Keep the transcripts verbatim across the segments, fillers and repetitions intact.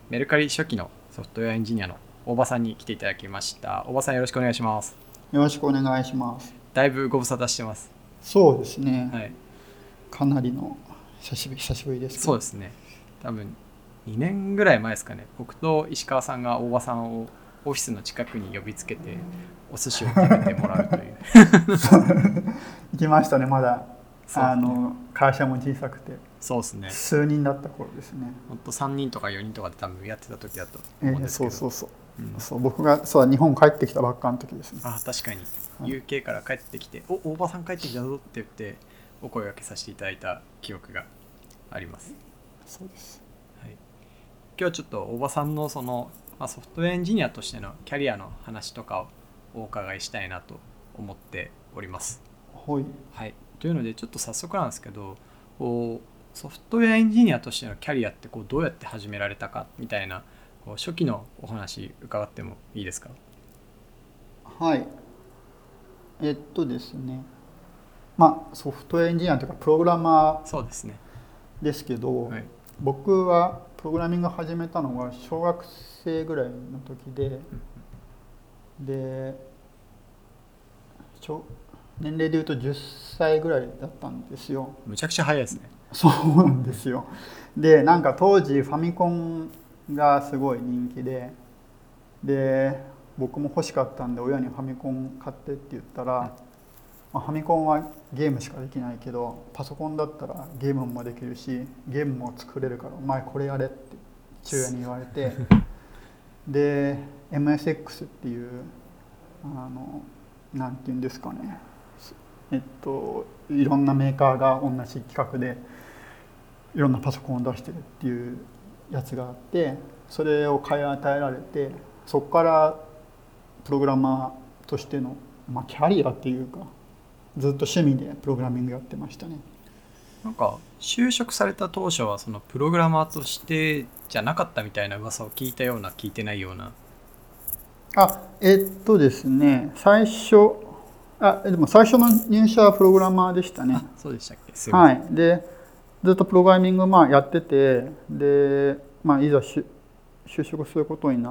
メルカリ初期のソフトウェアエンジニアの大場さんに来ていただきました。大場さんよろしくお願いします。 よろしくお願いします。 だいぶご無沙汰してます。 そうですね、 はい、 かなりの久しぶり久しぶりです、ね、 そうですね。多分にねんぐらい前ですかね。僕と石川さんが大場さんをオフィスの近くに呼びつけてお寿司を食べてもらうという行きましたね。まだ、 ね、 あの会社も小さくて、 そうですね、 数人だった頃ですね。 ほんとさんにんとかよにんとかで多分やってた時だと思うんですけど、 えー、そうそうそう、 うん、 そう僕がそう日本帰ってきたばっかの時ですね。 あ、確かに ユーケー から帰ってきて、はい、お大場さん帰ってきたぞって言ってお声掛けさせていただいた記憶があります。 そうです、 はい、今日はちょっと大場さんのその、まあ、ソフトウェアエンジニアとしてのキャリアの話とかをお伺いしたいなと思っております。 はい、 はい、というのでちょっと早速なんですけど、こうソフトウェアエンジニアとしてのキャリアってこうどうやって始められたかみたいな、こう初期のお話伺ってもいいですか？ はい、えっとですねまあソフトウェアエンジニアというかプログラマーですけど、 はい、 僕はプログラミングを始めたのが小学生ぐらいの時で、で年齢でいうとじゅっさいぐらいだったんですよ。 むちゃくちゃ早いですね。 そうなんですよ。でなんか当時ファミコンがすごい人気で、で僕も欲しかったんで親にファミコン買ってって言ったら、まあ、ファミコンはゲームしかできないけどパソコンだったらゲームもできるしゲームも作れるからお前これやれって父親に言われてで エムエスエックス っていうあのなんていうんですかね、えっといろんなメーカーが同じ企画でいろんなパソコンを出してるっていうやつがあって、それを買い与えられて、そこからプログラマーとしての、まあ、キャリアっていうかずっと趣味でプログラミングやってましたね。 なんか就職された当初はそのプログラマーとしてじゃなかったみたいな噂を聞いたような聞いてないような。 あえっとですね最初あでも最初の入社はプログラマーでしたね。 あ、そうでしたっけ？すいません。 はい、でずっとプログラミングまあやってて、で、まあ、いざ就職することになって、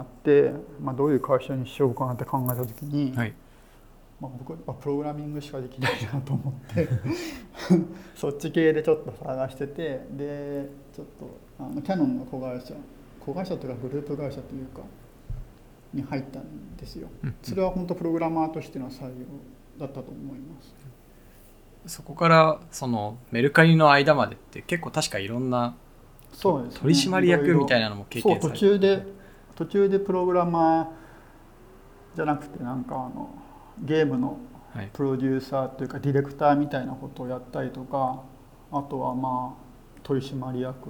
まあ、どういう会社にしようかなって考えた時に、 はい、 まあ、僕はプログラミングしかできないなと思ってそっち系でちょっと探してて、でちょっとあのキヤノンの子会社子会社というかグループ会社というかに入ったんですよ。それは本当プログラマーとしての採用だったと思います。 そこからそのメルカリの間までって結構確かいろんなそうですね、 取締役みたいなのも経験されて、 そう途中で途中でプログラマーじゃなくてなんかあのゲームのプロデューサーというかディレクターみたいなことをやったりとか、あとはまあ取締役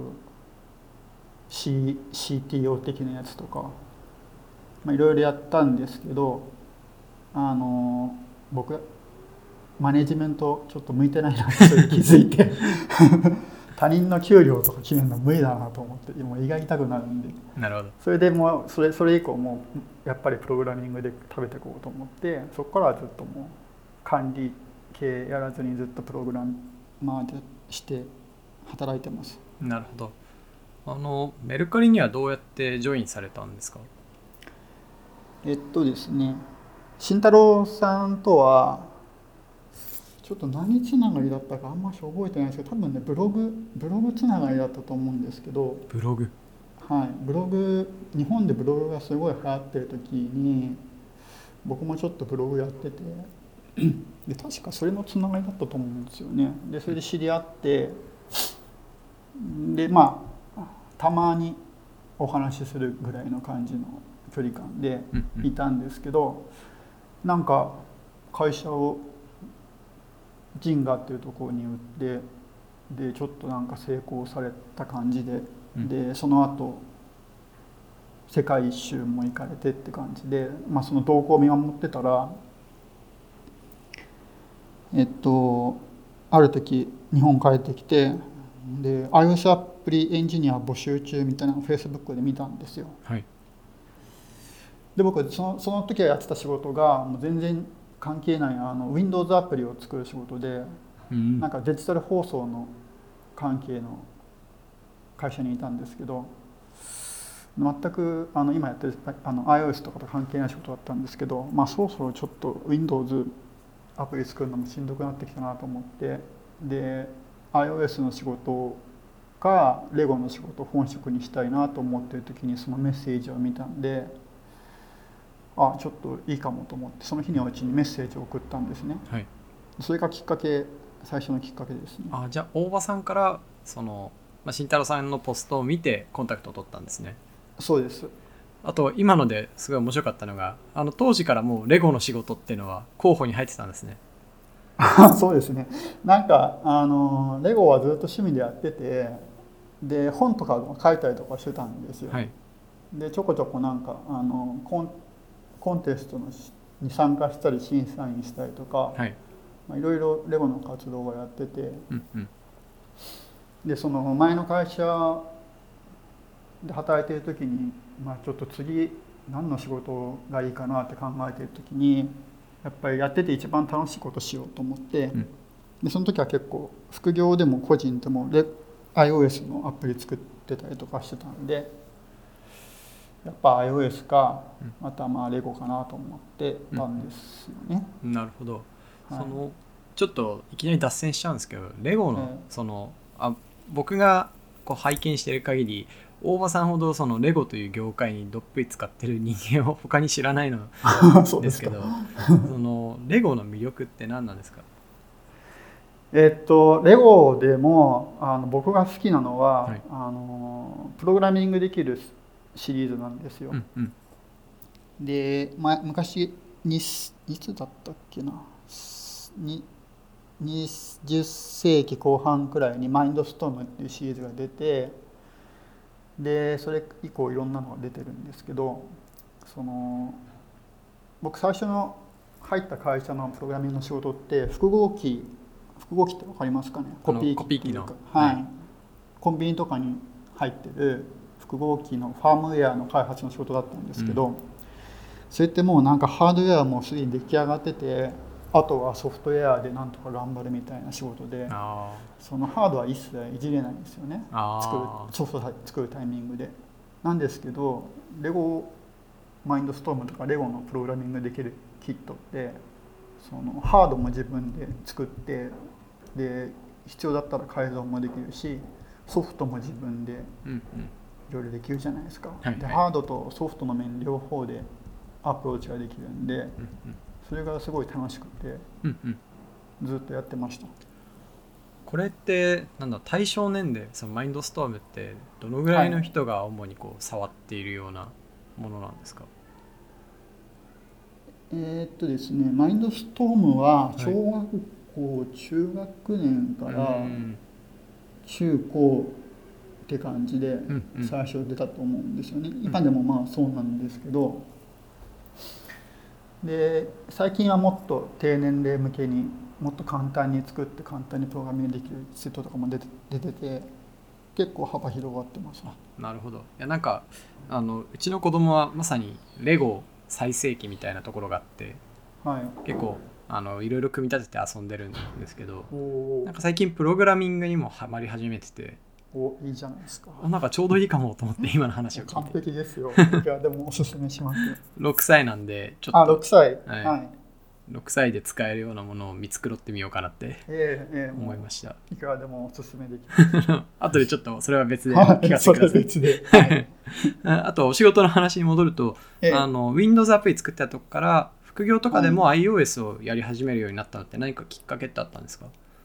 C シーティーオー 的なやつとか、まあ、いろいろやったんですけど、あの僕マネジメントちょっと向いてないなってそれ気づいて他人の給料とか決めるの無理だなと思って、もう胃が痛くなるんで、 なるほど。 それでもうそれそれ以降もうやっぱりプログラミングで食べていこうと思って、そこからはずっともう管理系やらずにずっとプログラマーでして働いてます。 なるほど。あのメルカリにはどうやってジョインされたんですか？ えっとですね慎太郎さんとはちょっと何つながりだったかあんまし覚えてないですけど、多分ねブログブログつながりだったと思うんですけど、 ブログ、 はい、ブログ日本でブログがすごい流行ってる時に僕もちょっとブログやっててで確かそれのつながりだったと思うんですよね。でそれで知り合って、でまあたまにお話しするぐらいの感じの距離感でいたんですけど、なんか会社をジンガっていうところに売って、でちょっとなんか成功された感じで、でその後世界一周も行かれてって感じで、まあ、その動向を見守ってたら、えっとある時日本帰ってきて、で iOS アプリエンジニア募集中みたいなのを Facebook で見たんですよ。 はい、 で僕そのその時はやってた仕事がもう全然関係ないあの Windows アプリを作る仕事で、 うん、 なんかデジタル放送の関係の会社にいたんですけど、 全くあの今やってるあの iOS とかと関係ない仕事だったんですけど、まあ、そろそろちょっと Windows アプリ作るのもしんどくなってきたなと思って、で iOS の仕事かレゴの仕事を本職にしたいなと思っている時にそのメッセージを見たんで、あちょっといいかもと思ってその日のうちにメッセージを送ったんですね、 はい、 それがきっかけ、最初のきっかけですね。 あじゃあ大場さんからその、まあ、慎太郎さんのポストを見てコンタクトを取ったんですね。 そうです。 あと今のですごい面白かったのが、あの当時からもうレゴの仕事っていうのは候補に入ってたんですね。 そうですね。なんかあのレゴはずっと趣味でやってて、で本とかも書いたりとかしてたんですよ、 はい、 でちょこちょこなんかあのコン、コンテストのに参加したり審査員したりとか、 はい、 まあ、いろいろレゴの活動をやってて、 うんうん、 でその前の会社で働いている時に、まあ、ちょっと次何の仕事がいいかなって考えている時にやっぱりやってて一番楽しいことしようと思って、うん、でその時は結構副業でも個人でも iOS のアプリ作ってたりとかしてたんで、やっぱ iOS かまたまあレゴかなと思ってたんですよね、 うん、なるほど、はい、そのちょっといきなり脱線しちゃうんですけどレゴのその、えー、あ僕がこう拝見している限り大場さんほどそのレゴという業界にどっぷり使ってる人間を他に知らないのですけどそのレゴの魅力って何なんですか？ えっとレゴでもあの僕が好きなのは、はい、あのプログラミングできるシリーズなんですよ、うんうん、で、ま、昔にいつだったっけなににじゅっ世紀後半くらいにマインドストームっていうシリーズが出て、でそれ以降いろんなのが出てるんですけど、その僕最初の入った会社のプログラミングの仕事って複合機複合機って分かりますかね？コピー機っていうか、はいはい、コンビニとかに入ってる複合機のファームウェアの開発の仕事だったんですけど、うん、それってもうなんかハードウェアもすでに出来上がってて、あとはソフトウェアでなんとか頑張るみたいな仕事で、そのハードは一切いじれないんですよね、作るソフト作るタイミングで。なんですけどレゴマインドストームとかレゴのプログラミングできるキットってそのハードも自分で作って、で必要だったら改造もできるしソフトも自分でいろいろできるじゃないですか、うんうん、でハードとソフトの面両方でアプローチができるんで、うんうん、それがすごい楽しくて、うんうん、ずっとやってました。 これってなんだ対象年齢、そのマインドストームってどのぐらいの人が主にこう触っているようなものなんですか？はいえー、っとですね、マインドストームは小学校、はい、中学年から中高って感じで最初出たと思うんですよね、うんうん、今でもまあそうなんですけど、で最近はもっと低年齢向けにもっと簡単に作って簡単にプログラミングできるセットとかも出て、出てて結構幅広がってます。 なるほど。いやなんかあのうちの子供はまさにレゴ最盛期みたいなところがあって、はい、結構あのいろいろ組み立てて遊んでるんですけど、なんか最近プログラミングにもハマり始めてて、 おいいじゃないですか。 なんかちょうどいいかもと思って今の話を聞いて。 完璧ですよ。いやでもおすすめします。 ろくさいなんでちょっとあろくさい、 はいはい、ろくさいで使えるようなものを見繕ってみようかなって思いました。 いくらでもおすすめできます。 後でちょっとそれは別で聞かせてください。別で、はい、あとお仕事の話に戻ると、ええ、あの Windows アプリ作ったとこから副業とかでも iOS をやり始めるようになったのって何かきっかけってあったんですか？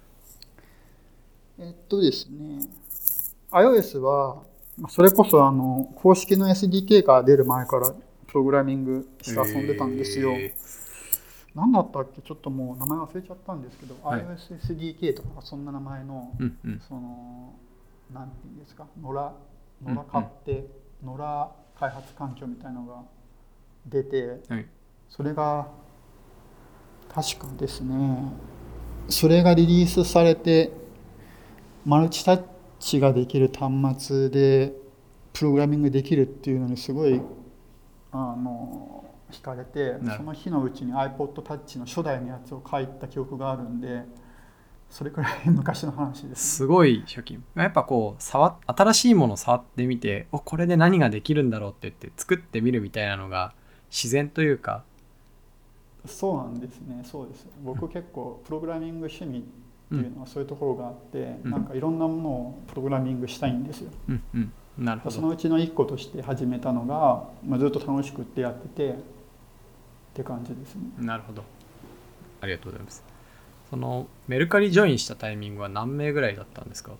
えっとですね iOS はそれこそあの公式の エスディーケー が出る前からプログラミングして遊んでたんですよ。えー何だったっけちょっともう名前忘れちゃったんですけど、はい、iOS エスディーケー とかそんな名前の、うんうん、そのなんていうんですか野良野良買って、うんうん、野良開発環境みたいなのが出て、はい、それが確かですねそれがリリースされてマルチタッチができる端末でプログラミングできるっていうのにすごいあの惹かれて、その日のうちに iPod Touch の初代のやつを書いた記憶があるんで、 それくらい昔の話です、ね、 すごい初期。やっぱこう触新しいものを触ってみて、おこれで何ができるんだろうって言って作ってみるみたいなのが自然というか。 そうなんですね。そうです。僕結構プログラミング趣味っていうのはそういうところがあって、うん、なんかいろんなものをプログラミングしたいんですよ、 うんうん、なるほど。 そのうちの一個として始めたのが、まあ、ずっと楽しくってやっててって感じですね。 なるほど、ありがとうございます。そのメルカリジョインしたタイミングは何名ぐらいだったんですか？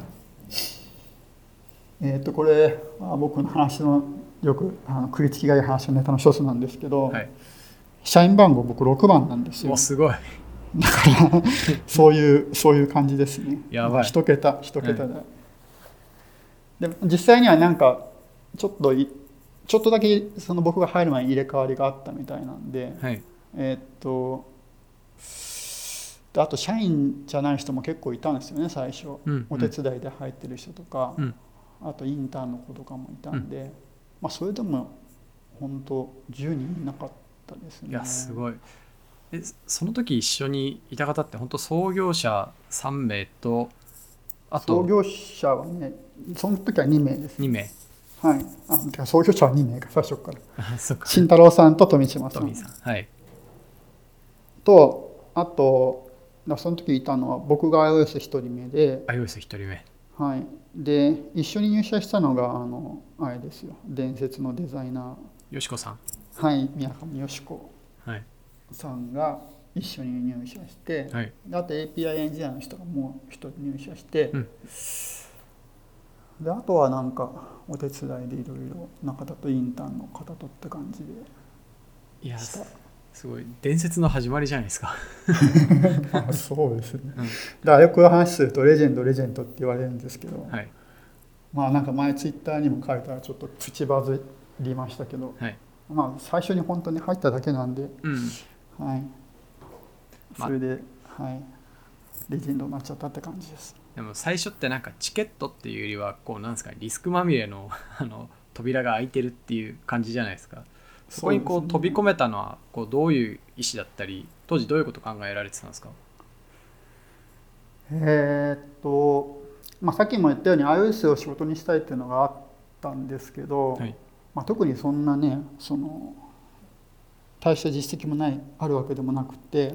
えっとこれは僕の話のよくあの食いつきがいい話のネタの一つなんですけど、はい、社員番号僕ろくばんなんですよ。 おすごい。 だからそういうそういう感じですね。 やばい。 一桁一桁で、はい、で実際にはなんかちょっとちょっとだけその僕が入る前に入れ替わりがあったみたいなんで、はい、えー、っとあと社員じゃない人も結構いたんですよね最初、うんうん、お手伝いで入ってる人とか、うん、あとインターンの子とかもいたんで、うん、まあそれでも本当じゅうにんいなかったですね。 いやすごい。えその時一緒にいた方って本当創業者さんめいと、 あと創業者はねその時はにめいです。 にめい。 はい。あてか創業者はにめいか最初から。そうか。慎太郎さんと富島さん。 富さん。はい。 とあとその時いたのは僕が iOS ひとりめで。 iOS ひとりめ。 はい。で一緒に入社したのがあのあれですよ。伝説のデザイナー。よしこさん。 はい。宮上よしこ。 はい。 さんが一緒に入社して、はい、あと エーピーアイ エンジニアの人がもう一人入社して、うん、であとはなんかお手伝いでいろいろ中田とインターンの方とって感じでいやすごい伝説の始まりじゃないですかあそうですね、うん、だからよく話するとレジェンドレジェンドって言われるんですけど、はい、まあなんか前ツイッターにも書いたらちょっとプチバズりましたけど、はい、まあ最初に本当に入っただけなんで、うんはい、それで、まはい、レジェンドになっちゃったって感じです。 でも最初ってなんかチケットっていうよりはこうなんですかリスクまみれのあの扉が開いてるっていう感じじゃないですか。そこにこう飛び込めたのはこうどういう意思だったり当時どういうこと考えられてたんですか？ えー、っと、まあ、さっきも言ったように iOS を仕事にしたいっていうのがあったんですけど、はいまあ、特にそんなねその大した実績もないあるわけでもなくて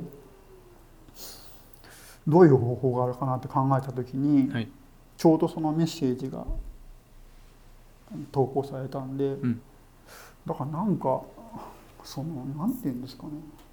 どういう方法があるかなって考えた時に、はい、ちょうどそのメッセージが投稿されたんで、うん、だからなんかそのなんていうんですかね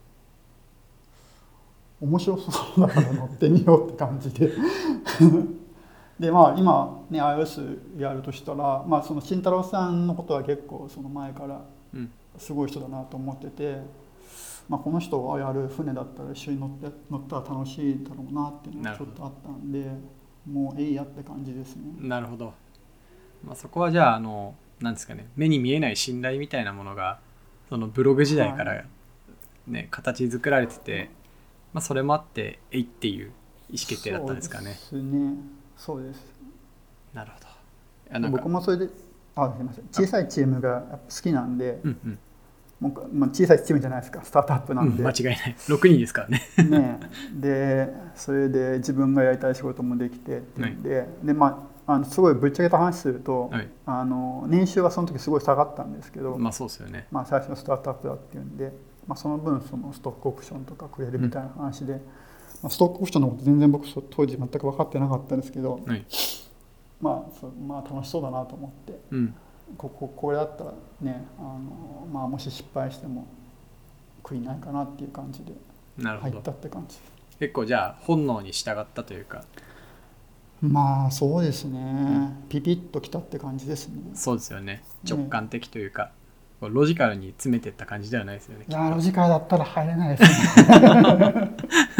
面白そうだから乗ってみようって感じででまあ今ね iOS やるとしたら、まあ、その慎太郎さんのことは結構その前からすごい人だなと思ってて、まあ、この人がやる船だったら一緒に乗って乗ったら楽しいだろうなっていうのがちょっとあったんでもうえいやって感じですね。 なるほど、まあ、そこはじゃああのなんですかね目に見えない信頼みたいなものがそのブログ時代から、ねはい、形作られてて、まあ、それもあってえいっていう意思決定だったんですかね。 そうですね。そうです。 なるほど。なんか僕もそれであすみません小さいチームが好きなんで、うんうんもうまあ、小さいチームじゃないですかスタートアップなんで、 うん、間違いないろくにんですからねねでそれで自分がやりたい仕事もできてっていうんで、はい、でまああのすごいぶっちゃけた話すると、はい、あの年収はその時すごい下がったんですけど、 まあそうですよね、 まあ、最初のスタートアップだっていうんで、まあ、その分そのストックオプションとかくれるみたいな話で、うんまあ、ストックオプションのこと全然僕当時全く分かってなかったんですけど、はいまあ、そまあ楽しそうだなと思って、うん、こここれだったらねあの、まあ、もし失敗しても悔いないかなっていう感じで入ったって感じ。 結構じゃあ本能に従ったというか。 まあそうですね、うん、ピピッときたって感じですね。 そうですよね直感的というか、ね、ロジカルに詰めていった感じではないですよね。 いやロジカルだったら入れないですね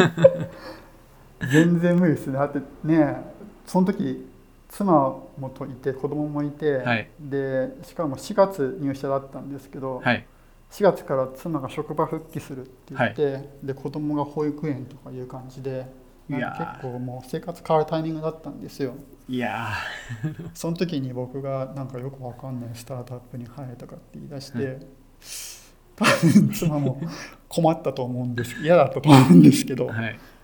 全然無理ですね。だってねその時妻もいて子供もいて、はい、でしかもしがつ入社だったんですけど、はい、しがつから妻が職場復帰するって言って、はい、で子供が保育園とかいう感じでなんか結構もう生活変わるタイミングだったんですよ。 いやその時に僕がなんかよくわかんないスタートアップに入れたかって言い出して、はい、多分妻も困ったと思うんです嫌だったと思うんですけど、はい、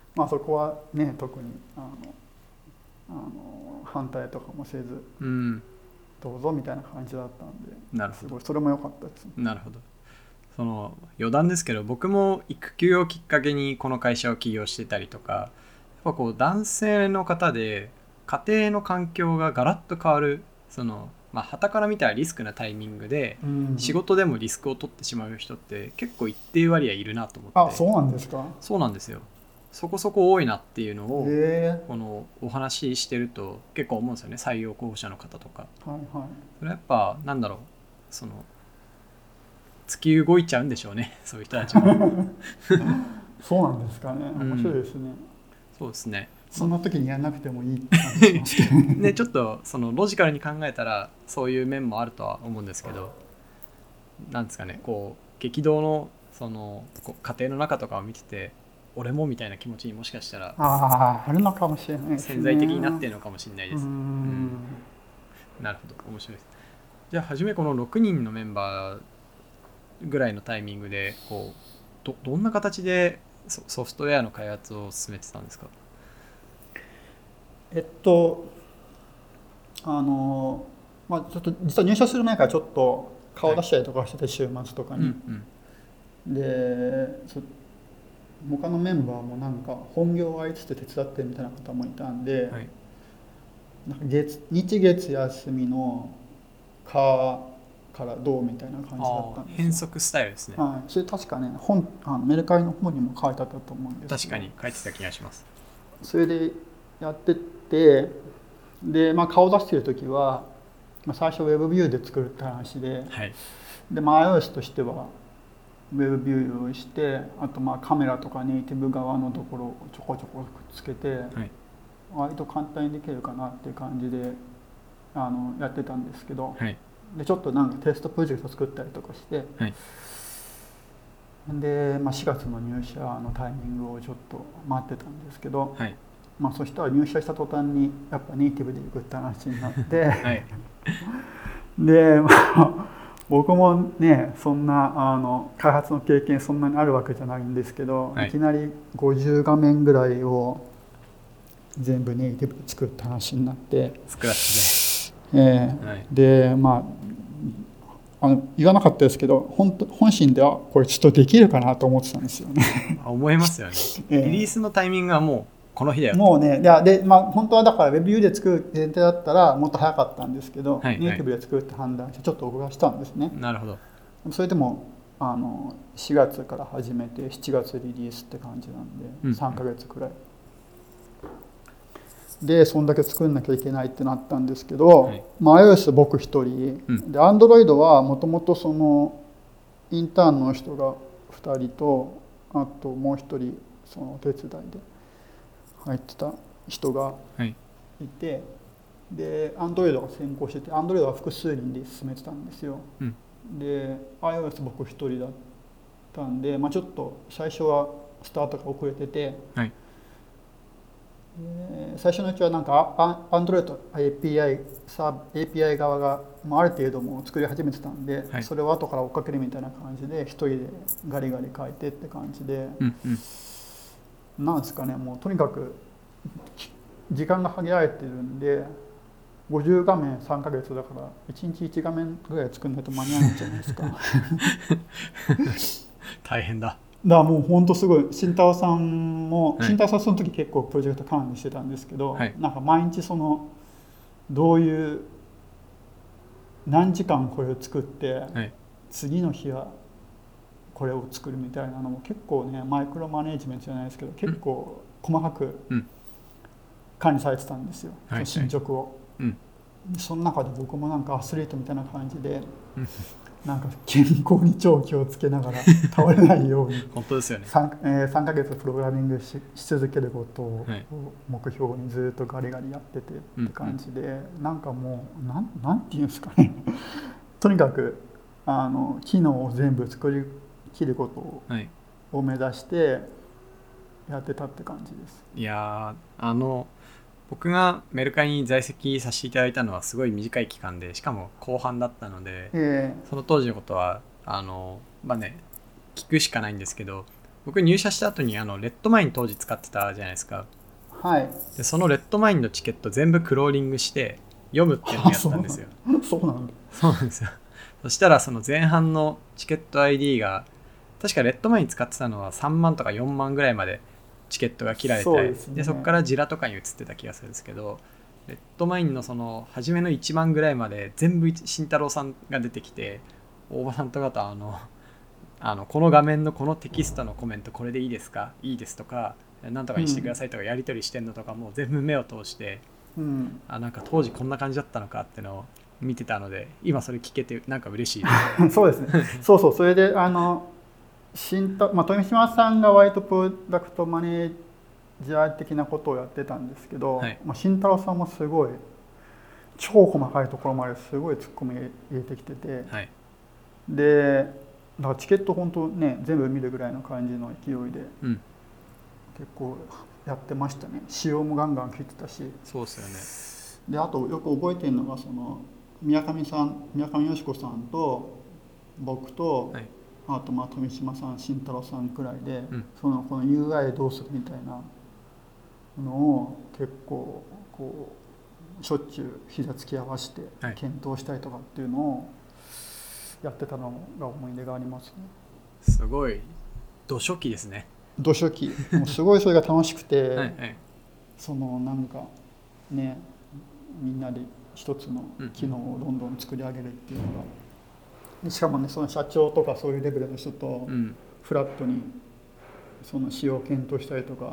まあそこはね特にあのあの反対とかもせず、 うん、 どうぞみたいな感じだったんで、 なるほど、 すごいそれも良かったですね。 なるほど。その余談ですけど、僕も育休をきっかけにこの会社を起業してたりとか、やっぱこう男性の方で家庭の環境がガラッと変わる、そのまあ傍から見たらリスクなタイミングで、うん、仕事でもリスクを取ってしまう人って結構一定割合いるなと思って。 あ、そうなんですか。 そうなんですよ。そこそこ多いなっていうのを、このお話ししてると結構思うんですよね、採用候補者の方とか。 はいはい。 それやっぱなんだろう、その突き動いちゃうんでしょうね、そういう人たちも。 そうなんですかね。面白いですね。うん、 そうですね。 そんな時にやらなくてもいいって感じしますけどね。ちょっとそのロジカルに考えたらそういう面もあるとは思うんですけど、なんですかね、こう激動のその家庭の中とかを見てて、俺もみたいな気持ちにもしかしたらああるのかもしれないですね。 潜在的になっているのかもしれないです。うん、うん、なるほど、面白いです。じゃあ初めこのろくにんのメンバーぐらいのタイミングでこう ど, どんな形でソフトウェアの開発を進めてたんですか？ えっとあのまあちょっと実は入社する前からちょっと顔出したりとかしてて、はい、週末とかに、うんうん、で他のメンバーもなんか本業をあいつって手伝ってみたいな方もいたんで、はい、なんか月日月休みのかからどうみたいな感じだったんですよ。 変則スタイルですね。 はい、それ確かね本あのメルカリの方にも書いてあったと思うんですけど、確かに書いてた気がします。 それでやってってで、まあ、顔出してる時は、まあ、最初 WebView で作るって話で、はい、で、まあ、iOS としては WebView をしてあとまあカメラとかネイティブ側のところをちょこちょこくっつけて、はい、割と簡単にできるかなっていう感じであのやってたんですけど、はい、でちょっとなんかテストプロジェクト作ったりとかして、はい、で、まあ、しがつの入社のタイミングをちょっと待ってたんですけど、はい、まあ、そしたら入社した途端にやっぱネイティブでいくって話になって、はい、で、まあ、僕もねそんなあの開発の経験そんなにあるわけじゃないんですけど、はい、いきなりごじゅう画面ぐらいを全部ネイティブで作った話になってスクラッチで、えーはい、でまああの言わなかったですけど 本, 本心ではこれちょっとできるかなと思ってたんですよね。 思いますよね、えー、リリースのタイミングはもうこの日だよもうねで、まあ、本当はだから WebView で作る前提だったらもっと早かったんですけど、はいはい、ネイティブで作るって判断してちょっと遅らせたんですね。 なるほど。 それでもあのしがつから始めてしちがつリリースって感じなんで、うん、さんかげつくらいでそんだけ作んなきゃいけないってなったんですけど、はい、まあ、iOS 僕一人、うん、で Android はもともとそのインターンの人がふたりとあともう一人その手伝いで入ってた人がいて、はい、で Android が先行してて Android は複数人で進めてたんですよ、うん、で iOS 僕一人だったんで、まあ、ちょっと最初はスタートが遅れてて、はい、最初のうちはなんか Android と エーピーアイ サー エーピーアイ 側がある程度もう作り始めてたんで、はい、それを後から追っかけるみたいな感じで一人でガリガリ書いてって感じで、うんうん、なんですかねもうとにかく時間が限られてるんでごじゅう画面さんかげつだからいちにちいち画面ぐらい作んないと間に合わないじゃないですか。 大変だ。 だからもう本当すごい慎太郎さんも、はい、慎太郎さんその時結構プロジェクト管理してたんですけど、はい、なんか毎日そのどういう何時間これを作って、はい、次の日はこれを作るみたいなのも結構ねマイクロマネジメントじゃないですけど結構細かく管理されてたんですよ、うん、その進捗を、はいはい、うん、その中で僕もなんかアスリートみたいな感じでなんか健康に超気をつけながら倒れないように本当ですよね 3, えー、さんかげつプログラミング し, し続けることを目標にずっとガリガリやっててって感じで、うんうん、なんかもうなん、なんていうんですかねとにかくあの機能を全部作り切ることを目指してやってたって感じです。 いやあの僕がメルカリに在籍させていただいたのはすごい短い期間でしかも後半だったので、えー、その当時のことはあのまあね聞くしかないんですけど僕入社した後にあのレッドマイン当時使ってたじゃないですか。 はい。 でそのレッドマインのチケット全部クローリングして読むっていうのをやったんですよ。 そうなんだ。 そうなんですよ。そしたらその前半のチケット アイディー が確かレッドマイン使ってたのはさんまんとかよんまんぐらいまでチケットが切られて、 そうですね、 でそこからジラとかに移ってた気がするんですけど、レッドマインのその初めのいちまんぐらいまで全部慎太郎さんが出てきて、大場さんとかとあのあのこの画面のこのテキストのコメントこれでいいですか、いいですとかなんとかにしてくださいとかやり取りしてんのとかも全部目を通して、 うん、 あなんか当時こんな感じだったのかってのを見てたので、今それ聞けてなんか嬉しいですそうですねそうそう、それであの新太、まあ、富島さんが割とプロダクトマネージャー的なことをやってたんですけど、はい、まあ、慎太郎さんもすごい超細かいところまですごい突っ込み入れてきてて、はい、でだからチケット本当ね全部見るぐらいの感じの勢いで、うん、結構やってましたね。仕様もガンガン切ってたし。 そうですよね。 であとよく覚えてるのがその宮上さん宮上よし子さんと僕と、はい、あとまあ富島さん慎太郎さんくらいで、うん、そのこの ユーアイ どうするみたいなのを結構こうしょっちゅう膝突き合わせて検討したりとかっていうのをやってたのが思い出がありますね。 すごい土初期ですね。 土初期もうすごいそれが楽しくてはい、はい、そのなんかねみんなで一つの機能をどんどん作り上げるっていうのが、うん、しかもねその社長とかそういうレベルの人とフラットにその使用を検討したりとか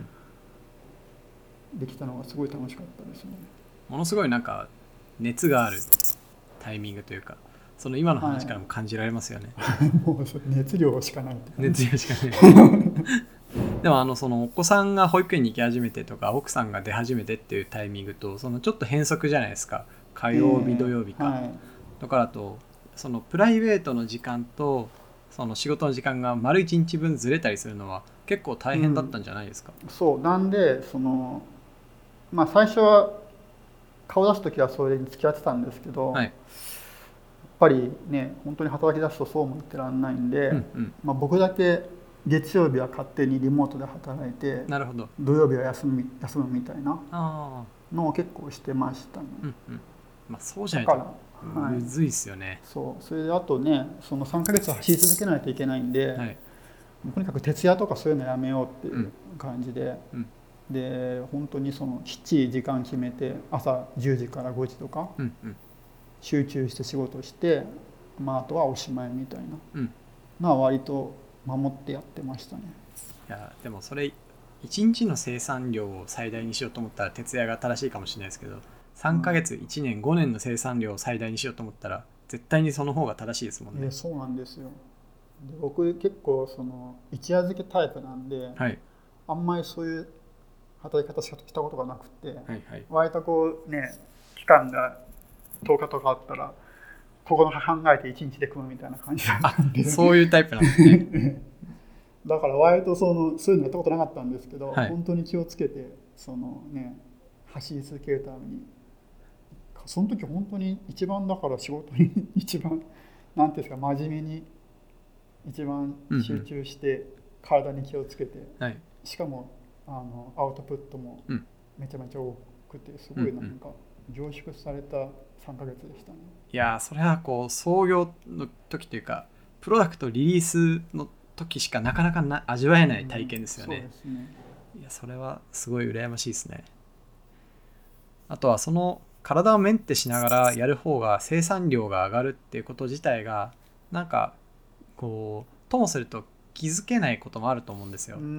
できたのがすごい楽しかったですね。 ものすごいなんか熱があるタイミングというか、その今の話からも感じられますよね。 はい、もう熱量しかない熱量しかないでもあのそのお子さんが保育園に行き始めてとか奥さんが出始めてっていうタイミングと、そのちょっと変則じゃないですか、火曜日、えー、土曜日か、はい、だからとそのプライベートの時間とその仕事の時間が丸一日分ずれたりするのは結構大変だったんじゃないですか。 うん、そうなんでそのまあ最初は顔出す時はそれに付き合ってたんですけど、はい、やっぱりね本当に働き出すとそうも言ってらんないんで、うんうん、まあ、僕だけ月曜日は勝手にリモートで働いて、 なるほど、 土曜日は休む、休むみたいなのを結構してましたね。 うんうん、まあ、そうじゃないとむずいっすよね。 はい、そうそれであとねそのさんかげつ走り続けないといけないんで、はい、とにかく徹夜とかそういうのやめようっていう感じで、うんうん、で本当にそのきっちり時間決めて朝じゅうじからごじとか集中して仕事して、まあ、あとはおしまいみたいなのは割と守ってやってましたね。 いやでもそれいちにちの生産量を最大にしようと思ったら徹夜が正しいかもしれないですけど、さんかげつ、いちねん、ごねんの生産量を最大にしようと思ったら絶対にその方が正しいですもんね。 そうなんですよ。で僕結構その一夜漬けタイプなんで、はい、あんまりそういう働き方しかしたことがなくて、はいはい、割とこうね期間がとおかとかあったらここの考えていちにちで組むみたいな感じなんで、 そういうタイプなんですねだから割とそのそういうのやったことなかったんですけど、はい、本当に気をつけてそのね走り続けるために、その時本当に一番だから仕事に一番なんていうんですか真面目に一番集中して体に気をつけて、うんうん、しかもあのアウトプットもめちゃめちゃ多くてすごいなんか凝縮されたさんかげつでしたね。 いやそれはこう創業の時というかプロダクトリリースの時しかなかなかな味わえない体験ですよね。うん、そうですね。いやそれはすごい羨ましいですね。あとはその体をメンテしながらやる方が生産量が上がるっていうこと自体がなんかこうともすると気づけないこともあると思うんですよ。うん、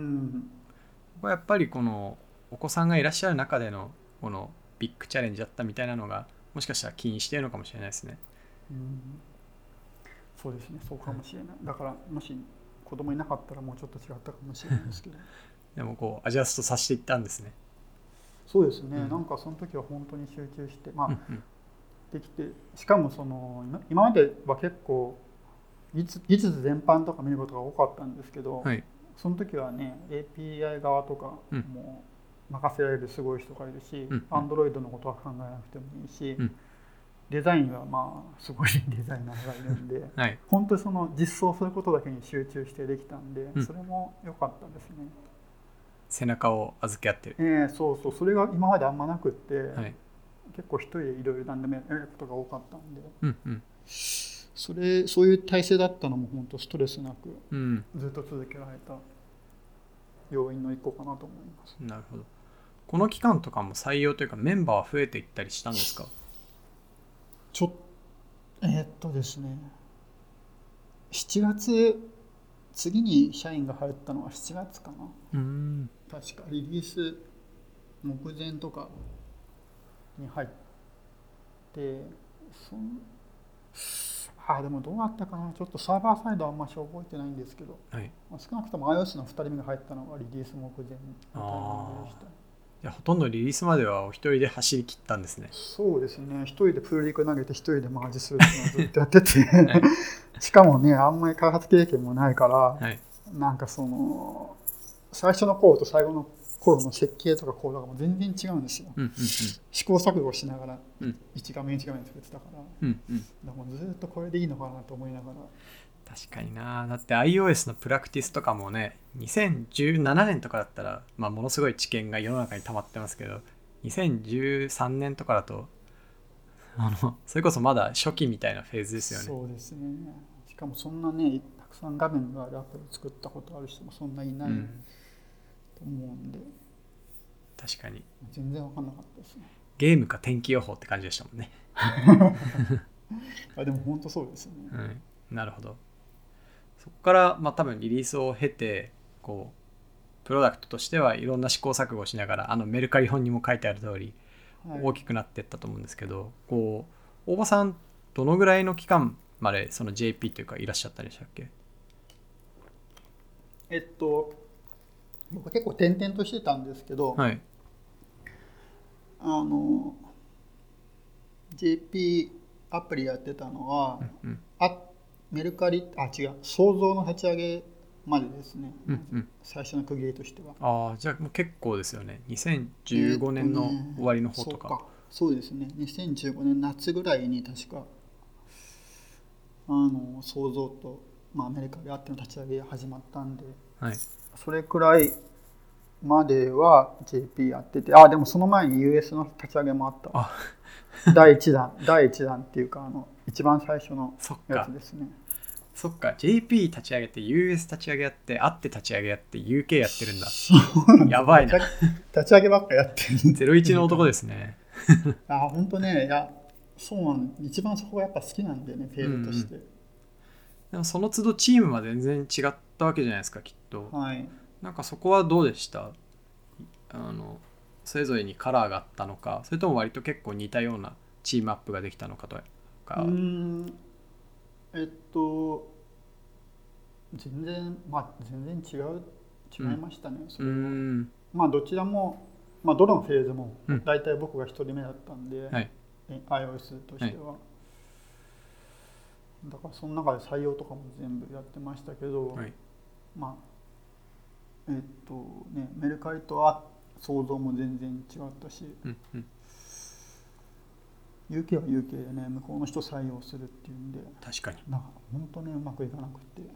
やっぱりこのお子さんがいらっしゃる中でのこのビッグチャレンジだったみたいなのがもしかしたら気にしているのかもしれないですね。 うん、そうですね、そうかもしれない。だからもし子供いなかったらもうちょっと違ったかもしれないですけどでもこうアジャストさせていったんですね。 そうですね、うん、なんかその時は本当に集中して、まあ、うんうん、できて、しかもその今までは結構技術全般とか見ることが多かったんですけど、はい、その時はね エーピーアイ 側とかも任せられるすごい人がいるし、うん、Android のことは考えなくてもいいし、うん、 デザインはまあすごいデザイナーがいるんで、はい、本当にその実装することだけに集中してできたんで、うん、それも良かったですね。 背中を預け合ってる。 えー、そうそう、それが今まであんまなくって、はい、結構一人でいろいろ何でもやることが多かったんで、うんうん、それそういう体制だったのも本当ストレスなくずっと続けられた要因の一個かなと思います。 なるほど。この期間とかも採用というかメンバーは増えていったりしたんですか？ ちょえー、っとですねしちがつ次に社員が入ったのはしちがつかな。うん確かリリース目前とかに入ってそんあでもどうなったかな、ちょっとサーバーサイドあんまし覚えてないんですけど、はい、まあ、少なくとも iOS のふたりめが入ったのはリリース目前のタイミングでした。 いやほとんどリリースまではお一人で走り切ったんですね。 そうですね、一人でプールリク投げて一人でマージするっていうのをずっとやってて、はい、しかもねあんまり開発経験もないから、はい、なんかその最初の頃と最後の頃の設計とかコードがもう全然違うんですよ、うんうんうん、試行錯誤しながら一画面一画面作ってたから、うんうん、だからもうずっとこれでいいのかなと思いながら。 確かにな。だって iOS のプラクティスとかもねにせんじゅうななねんとかだったら、まあ、ものすごい知見が世の中に溜まってますけどにせんじゅうさんねんとかだとあのそれこそまだ初期みたいなフェーズですよね。 そうですね。しかもそんなねたくさん画面があるアプリ作ったことある人もそんないない、うん、と思うんで確かに全然分かんなかったですね。 ゲームか天気予報って感じでしたもんねあでも本当そうですね、 うん、なるほど。そこから、まあ、多分リリースを経てこうプロダクトとしてはいろんな試行錯誤をしながらあのメルカリ本にも書いてある通り大きくなっていったと思うんですけど、はい、こう大場さんどのぐらいの期間までその ジェーピー というかいらっしゃったでしたっけ？ えっと僕は結構転々としてたんですけど、はい、あの ジェーピー アプリやってたのは、うんうん、あメルカリあ違う創造の立ち上げまでですね、うんうん、最初の区切りとしては。 ああじゃあもう結構ですよね。にせんじゅうごねんの終わりの方とか、 えー、そうかそうですねにせんじゅうごねん夏ぐらいに確かあの創造と、まあ、アメリカであっての立ち上げ始まったんで、はい、それくらいまでは ジェーピー やってて、あでもその前に ユーエス の立ち上げもあったあだいいちだんだいいちだんっていうかあの一番最初のやつですね。 そっか ジェーピー 立ち上げて ユーエス 立ち上げやってあって立ち上げやって ユーケー やってるんだ。やばいな立ち上げばっかやってるゼロイチの男ですねあ本当ねいやそうなん一番そこがやっぱ好きなんでねフェーズとして、うん、 でもその都度チームは全然違ったわけじゃないですかきっと、はい、なんかそこはどうでした？あのそれぞれにカラーがあったのかそれとも割と結構似たようなチームアップができたのかとか。 うーんえっと全然まあ全然違う違いましたね、うん、それはまあどちらも、まあ、どのフェーズも大体僕が一人目だったんで、うんはい、iOS としては、はい、だからその中で採用とかも全部やってましたけど、はい、まあえっとねメルカリとは想像も全然違ったし、うんうん、ユーケー は ユーケー でね向こうの人採用するっていうんで確かになんか本当ねうまくいかなくて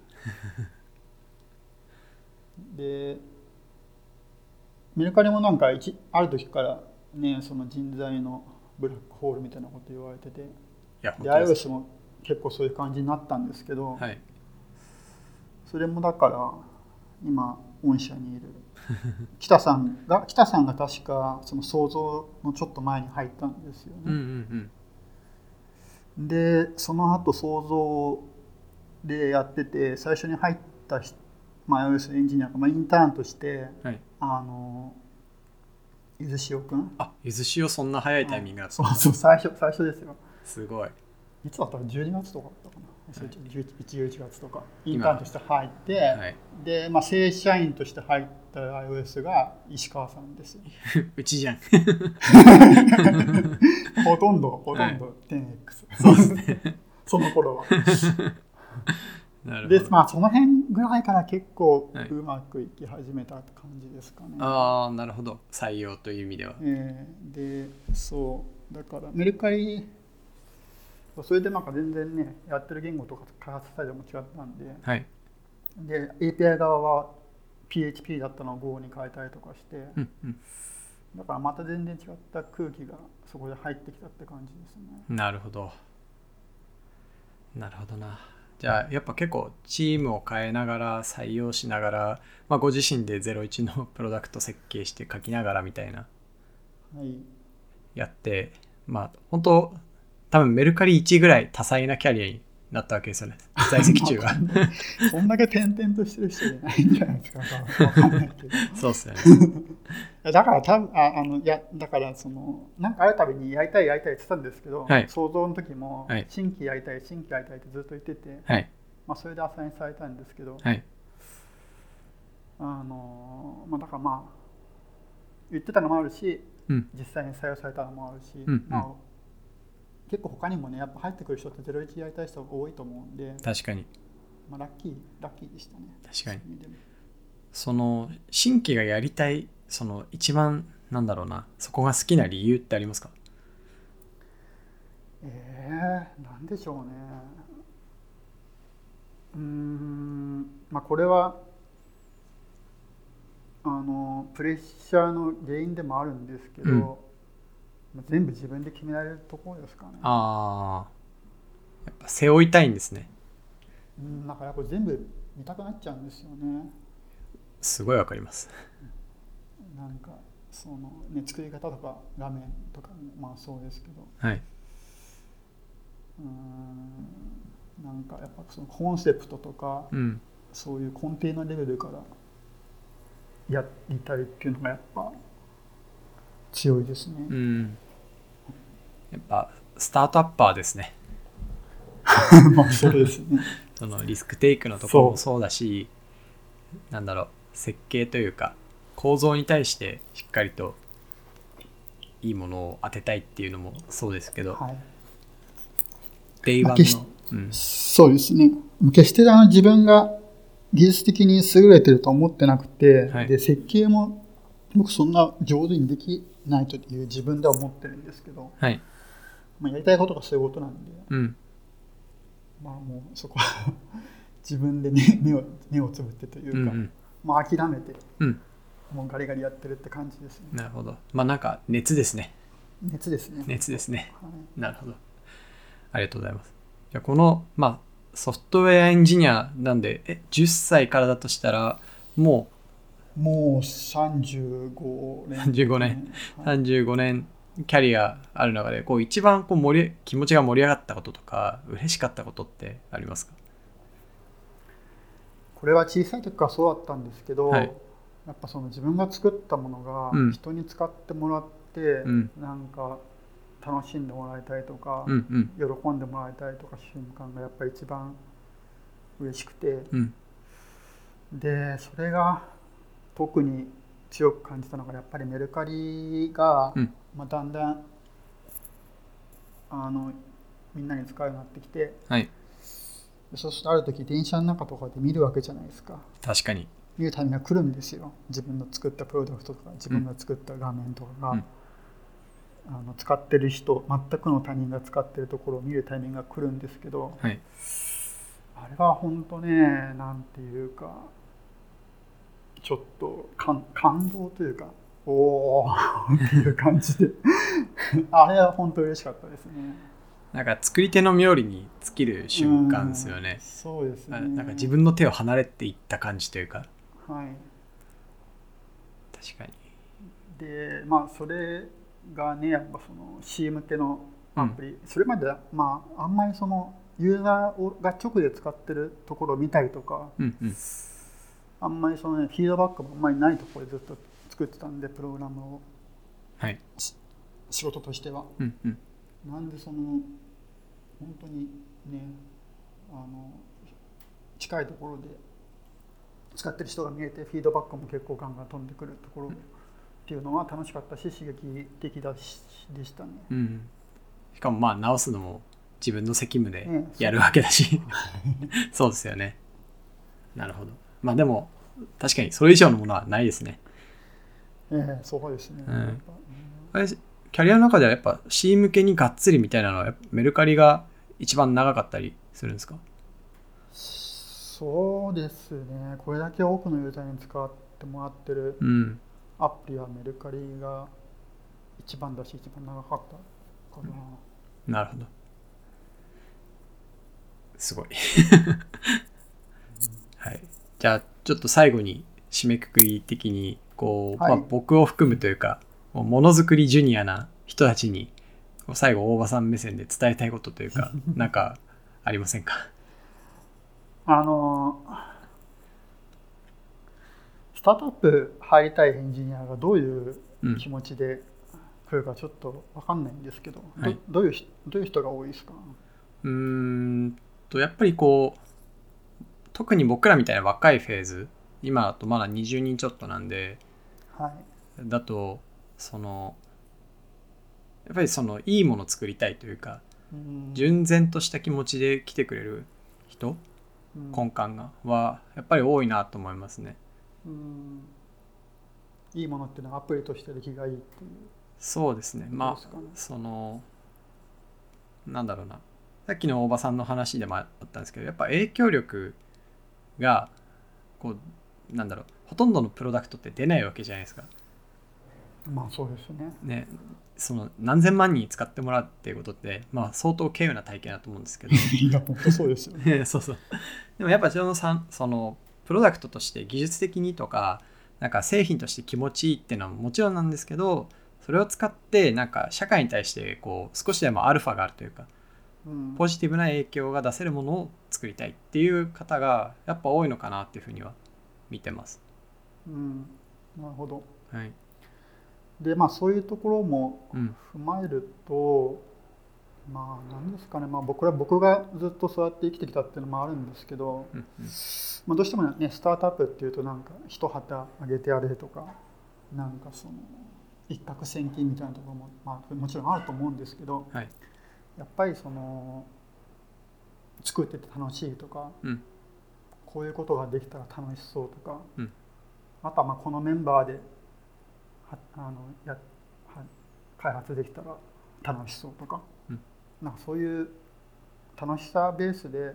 でメルカリもなんか一ある時からねその人材のブラックホールみたいなこと言われてていやで iOS も結構そういう感じになったんですけど、はい、それもだから今御社にいる北さんが北さんが確かその創造のちょっと前に入ったんですよね、うんうんうん、でその後創造でやってて最初に入った人、まあ、iOS エンジニアが、まあ、インターンとして、はい、あのゆずしおくんあゆずしおそんな早いタイミングだった、 はい、そうそう最初最初ですよ。 すごいいつだったらじゅうにがつとかだったかな、はい、じゅういち、じゅういちがつとかインターンとして入って、はい、で、まあ、正社員として入った iOS が石川さんですようちじゃんほとんどほとんど テンエックス、はい、そうですねその頃はなるほどで、まあ、その辺ぐらいから結構うまくいき始めた感じですかね、 はい、ああなるほど採用という意味では、 えー、でそうだからメルカリそれでなんか全然ねやってる言語とか開発スタイルも違ったんで、 はい、 で エーピーアイ 側は ピーエイチピー だったのを Go に変えたりとかして、 うんうん、 だからまた全然違った空気がそこで入ってきたって感じですね。 なるほどなるほどな。じゃあやっぱ結構チームを変えながら採用しながら、まあ、ご自身でゼロイチのプロダクト設計して書きながらみたいな、 はい、 やってまあ本当多分メルカリいちぐらい多彩なキャリアになったわけですよね、在籍中はそんだけ転々としてる人じゃないんじゃないですか。分かんないけどそうっすよねだから多分ああのいやだからそのなんかあるたびにやりたいやりたいって言ってたんですけど、 はい、 創造の時もはい、 新規やりたい新規やりたいってずっと言ってて、 はい、 まあ、それでアサインされたんですけど、 はい、 あのまあ、だからまあ言ってたのもあるし、 うん、 実際に採用されたのもあるし、 うんうん、 まあ、結構他にもねやっぱ入ってくる人ってゼロイチやりたい人が多いと思うんで、 確かに、 まあ、ラッキーラッキーでしたね。 確かに。その新規がやりたいその一番なんだろうな、そこが好きな理由ってありますか？ えー、なんでしょうね。うーん、まあこれはあのプレッシャーの原因でもあるんですけど、うん、全部自分で決められるところですかね。 ああ、やっぱ背負いたいんですね。 うん、なんかやっぱ全部見たくなっちゃうんですよね。 すごいわかります。 なんかそのね作り方とか画面とかもまあそうですけど、 はい。 うーん、なんかやっぱそのコンセプトとか、うん、そういう根底のレベルからやりたいっていうのがやっぱ強いですね。 うん。やっぱスタートアッパーですね。 まあそうですね。 そのリスクテイクのところもそうだし、なんだろう、設計というか構造に対してしっかりといいものを当てたいっていうのもそうですけど、はい、デイワンの、うん、 そうですね。決してあの自分が技術的に優れてると思ってなくて、はい、で設計も僕そんな上手にできないという自分では思ってるんですけど、はい、まあ、やりたいことがそういうことなんで、うん、まあもうそこは自分で、ね、目を目をつぶってというか、うんうん、まあ諦めて、うん、もうガリガリやってるって感じですね。 なるほど。まあなんか熱ですね。 熱ですね。 熱ですね。はい、なるほど。ありがとうございます。じゃあこのまあソフトウェアエンジニアなんで、えじゅっさいからだとしたらもうもうさんじゅうごねん、 さんじゅうごねん、はい、さんじゅうごねんキャリアある中でこう一番こう盛り気持ちが盛り上がったこととか嬉しかったことってありますか？ これは小さい時からそうだったんですけど、はい、やっぱその自分が作ったものが人に使ってもらって、うん、なんか楽しんでもらいたいとか、うんうん、喜んでもらいたいとか瞬間がやっぱり一番嬉しくて、うん、でそれが特に強く感じたのがやっぱりメルカリが、うんまあ、だんだんあのみんなに使うようになってきて、はい、そうするとある時電車の中とかで見るわけじゃないですか。 確かに見るタイミングが来るんですよ。自分の作ったプロダクトとか自分が作った画面とかが、うんあの使ってる人全くの他人が使ってるところを見るタイミングが来るんですけど、はい、あれは本当ねなんていうかちょっと感動というかおーっていう感じであれは本当嬉しかったですね。 なんか作り手の冥利に尽きる瞬間ですよね。 そうですね。 なんか自分の手を離れていった感じというか、 はい、 確かに。 でまあそれがねやっぱその C 向けのアプリ、うん、それまでまああんまりそのユーザーが直で使ってるところを見たりとか、うんうん、あんまりその、ね、フィードバックもあんまりないところでずっと作ってたんでプログラムを、はい、仕事としては、うんうん、なんでその本当にねあの近いところで使ってる人が見えてフィードバックも結構ガンガン飛んでくるところ、うんっていうのは楽しかったし刺激的だしでしたね、 うん、しかもまあ直すのも自分の責務でやるわけだし、ね、そうですよね。なるほど。まあでも確かにそれ以上のものはないですね。 ええそうですね、うん、 あれキャリアの中ではやっぱ C 向けにがっつりみたいなのはメルカリが一番長かったりするんですか？ そうですね、これだけ多くのユーザーに使ってもらってるうんアプリはメルカリが一番だし一番長かったかな。 なるほど、すごいはい、じゃあちょっと最後に締めくくり的にこう、 はい、 まあ、僕を含むというかものづくりジュニアな人たちに最後大場さん目線で伝えたいことというかなんかありませんか？ あのスタートアップ入りたいエンジニアがどういう気持ちで来るかちょっと分かんないんですけど、うん、ど, ど, ういうどういう人が多いですか？ うーんとやっぱりこう特に僕らみたいな若いフェーズ、今だとまだにじゅうにんちょっとなんで、 はい、 だとそのやっぱりそのいいものを作りたいというか、うん、純然とした気持ちで来てくれる人、うん、根幹がはやっぱり多いなと思いますね。 うん、いいものっていうのはアプリとして出来がいいっていう。 そうですね。まあそのなんだろうな、さっきの大場さんの話でもあったんですけど、やっぱ影響力がこうなんだろう、ほとんどのプロダクトって出ないわけじゃないですか。 まあそうですね。 ね、その何千万人使ってもらうっていうことって、まあ、相当稀有な体験だと思うんですけどいや本当そうですよねそうそう。でもやっぱそのそのプロダクトとして技術的にとか、なんか製品として気持ちいいっていうのはもちろんなんですけど、それを使ってなんか社会に対してこう少しでもアルファがあるというか、うん、ポジティブな影響が出せるものを作りたいっていう方がやっぱ多いのかなっていうふうには見てます。 うん、なるほど。 はい。 でまあそういうところも踏まえると、うん、まあ何ですかね、まあ、僕ら僕がずっとそうやって生きてきたっていうのもあるんですけど、うんうん、まあ、どうしてもねスタートアップっていうとなんか一旗あげてやれとか、なんかその一攫千金みたいなところも、まあ、もちろんあると思うんですけど、はい、やっぱりその作ってて楽しいとか、うん、こういうことができたら楽しそうとか、うん、あとはまあこのメンバーであのや開発できたら楽しそうとか、うん、なんかそういう楽しさベースで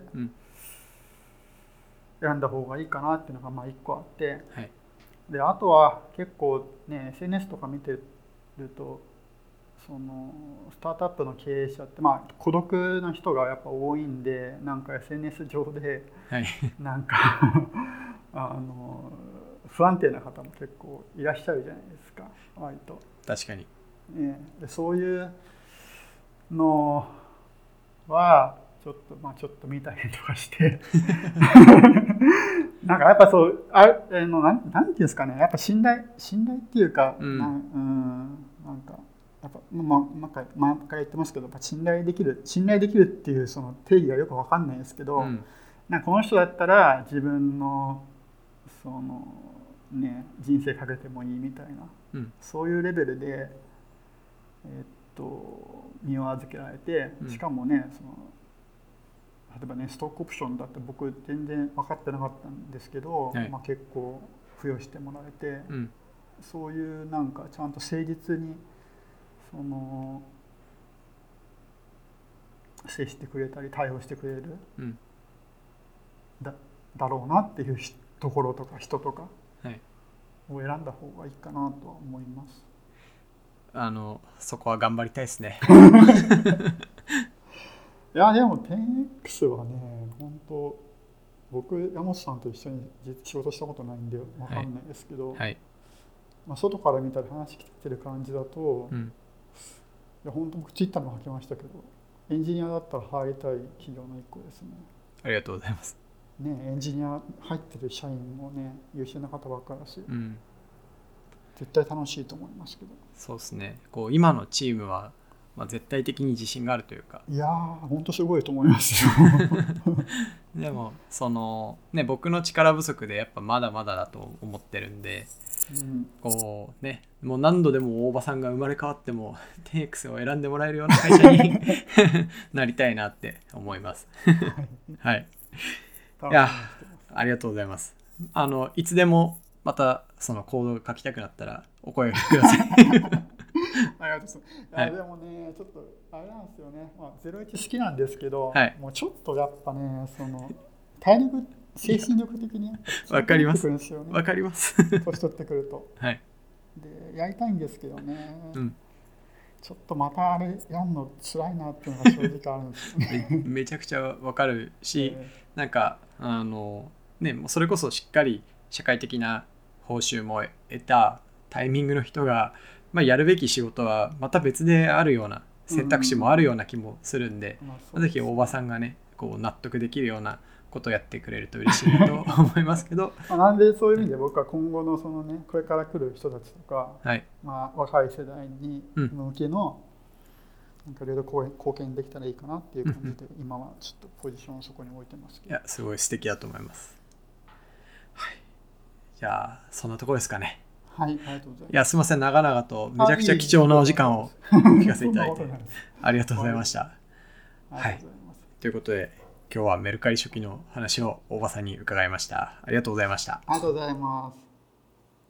選んだ方がいいかなっていうのがまあ一個あって、はい、であとは結構ね エスエヌエス とか見てるとそのスタートアップの経営者ってまあ孤独な人がやっぱ多いんで、なんか エスエヌエス 上でなんかあの不安定な方も結構いらっしゃるじゃないですか、割と。 確かに、 ね、でそういうのはちょっとまあちょっと見たりとかしてなんかやっぱそうああのなんなんていうんですかね、やっぱ信頼信頼っていうか、うん、なんうんなんかやっぱまあなんか前から言ってますけど、やっぱ信頼できる信頼できるっていうその定義がよくわかんないですけど、うん、なんかこの人だったら自分のそのね人生かけてもいいみたいな、うん、そういうレベルでえー、っと身を預けられて、しかもねその例えばねストックオプションだって僕全然分かってなかったんですけど、はい、まあ、結構付与してもらえて、うん、そういうなんかちゃんと誠実にその接してくれたり対応してくれる、うん、だ, だろうなっていうところとか人とかを選んだ方がいいかなとは思います。 あのそこは頑張りたいですねいやでも テンエックス はね本当僕山本さんと一緒に仕事したことないんで分かんないですけど、はいはい、まあ、外から見たり話聞いてる感じだと、うん、いや本当僕ツイッターも書きましたけどエンジニアだったら入りたい企業の一個ですね。 ありがとうございます。 ね、エンジニア入ってる社員もね優秀な方ばっかりだし、うん、絶対楽しいと思いますけど。 そうですね、こう今のチームは、まあ、絶対的に自信があるというか、 いやー本当すごいと思いますよでもそのね僕の力不足でやっぱまだまだだと思ってるんで、うん、こうねもう何度でも大場さんが生まれ変わっても テンエックス を選んでもらえるような会社になりたいなって思いますはい、はい、いやありがとうございます。あのいつでもまたそのコードを書きたくなったらお声をくださいありがとうございます。 はい、 でもね、ちょっとあれなんですよね、まあ、ゼロイチ好きなんですけど、 はい、 もうちょっとやっぱね、その体力、精神力的にわかります。 わ、ね、 かります。 年取ってくると。 はい。 で、やりたいんですけどね、 うん、 ちょっとまたあれやるの辛いなっていうのが正直あるんですよねめ。めちゃくちゃわかるし、 えー、なんか、あの、ね、それこそしっかり社会的な報酬も得たタイミングの人が、まあ、やるべき仕事はまた別であるような選択肢もあるような気もするんで、 まあ、 ぜひ大場さんがねこう納得できるようなことをやってくれると嬉しいなと思いますけどなんでそういう意味で僕は今後のそのねこれから来る人たちとか、 はい、 まあ、若い世代に向けの、なんかいろいろ貢献できたらいいかなっていう感じで、うん、今はちょっとポジションをそこに置いてますけど。 いやすごい素敵だと思います。はい、じゃあそんなところですかね。 はい、ありがとうございます。 いやすみません、長々とめちゃくちゃ貴重なお時間をお聞かせいただいてありがとうございました。はい、ということで今日はメルカリ初期の話を大場さんに伺いました。ありがとうございました。 ありがとうございます。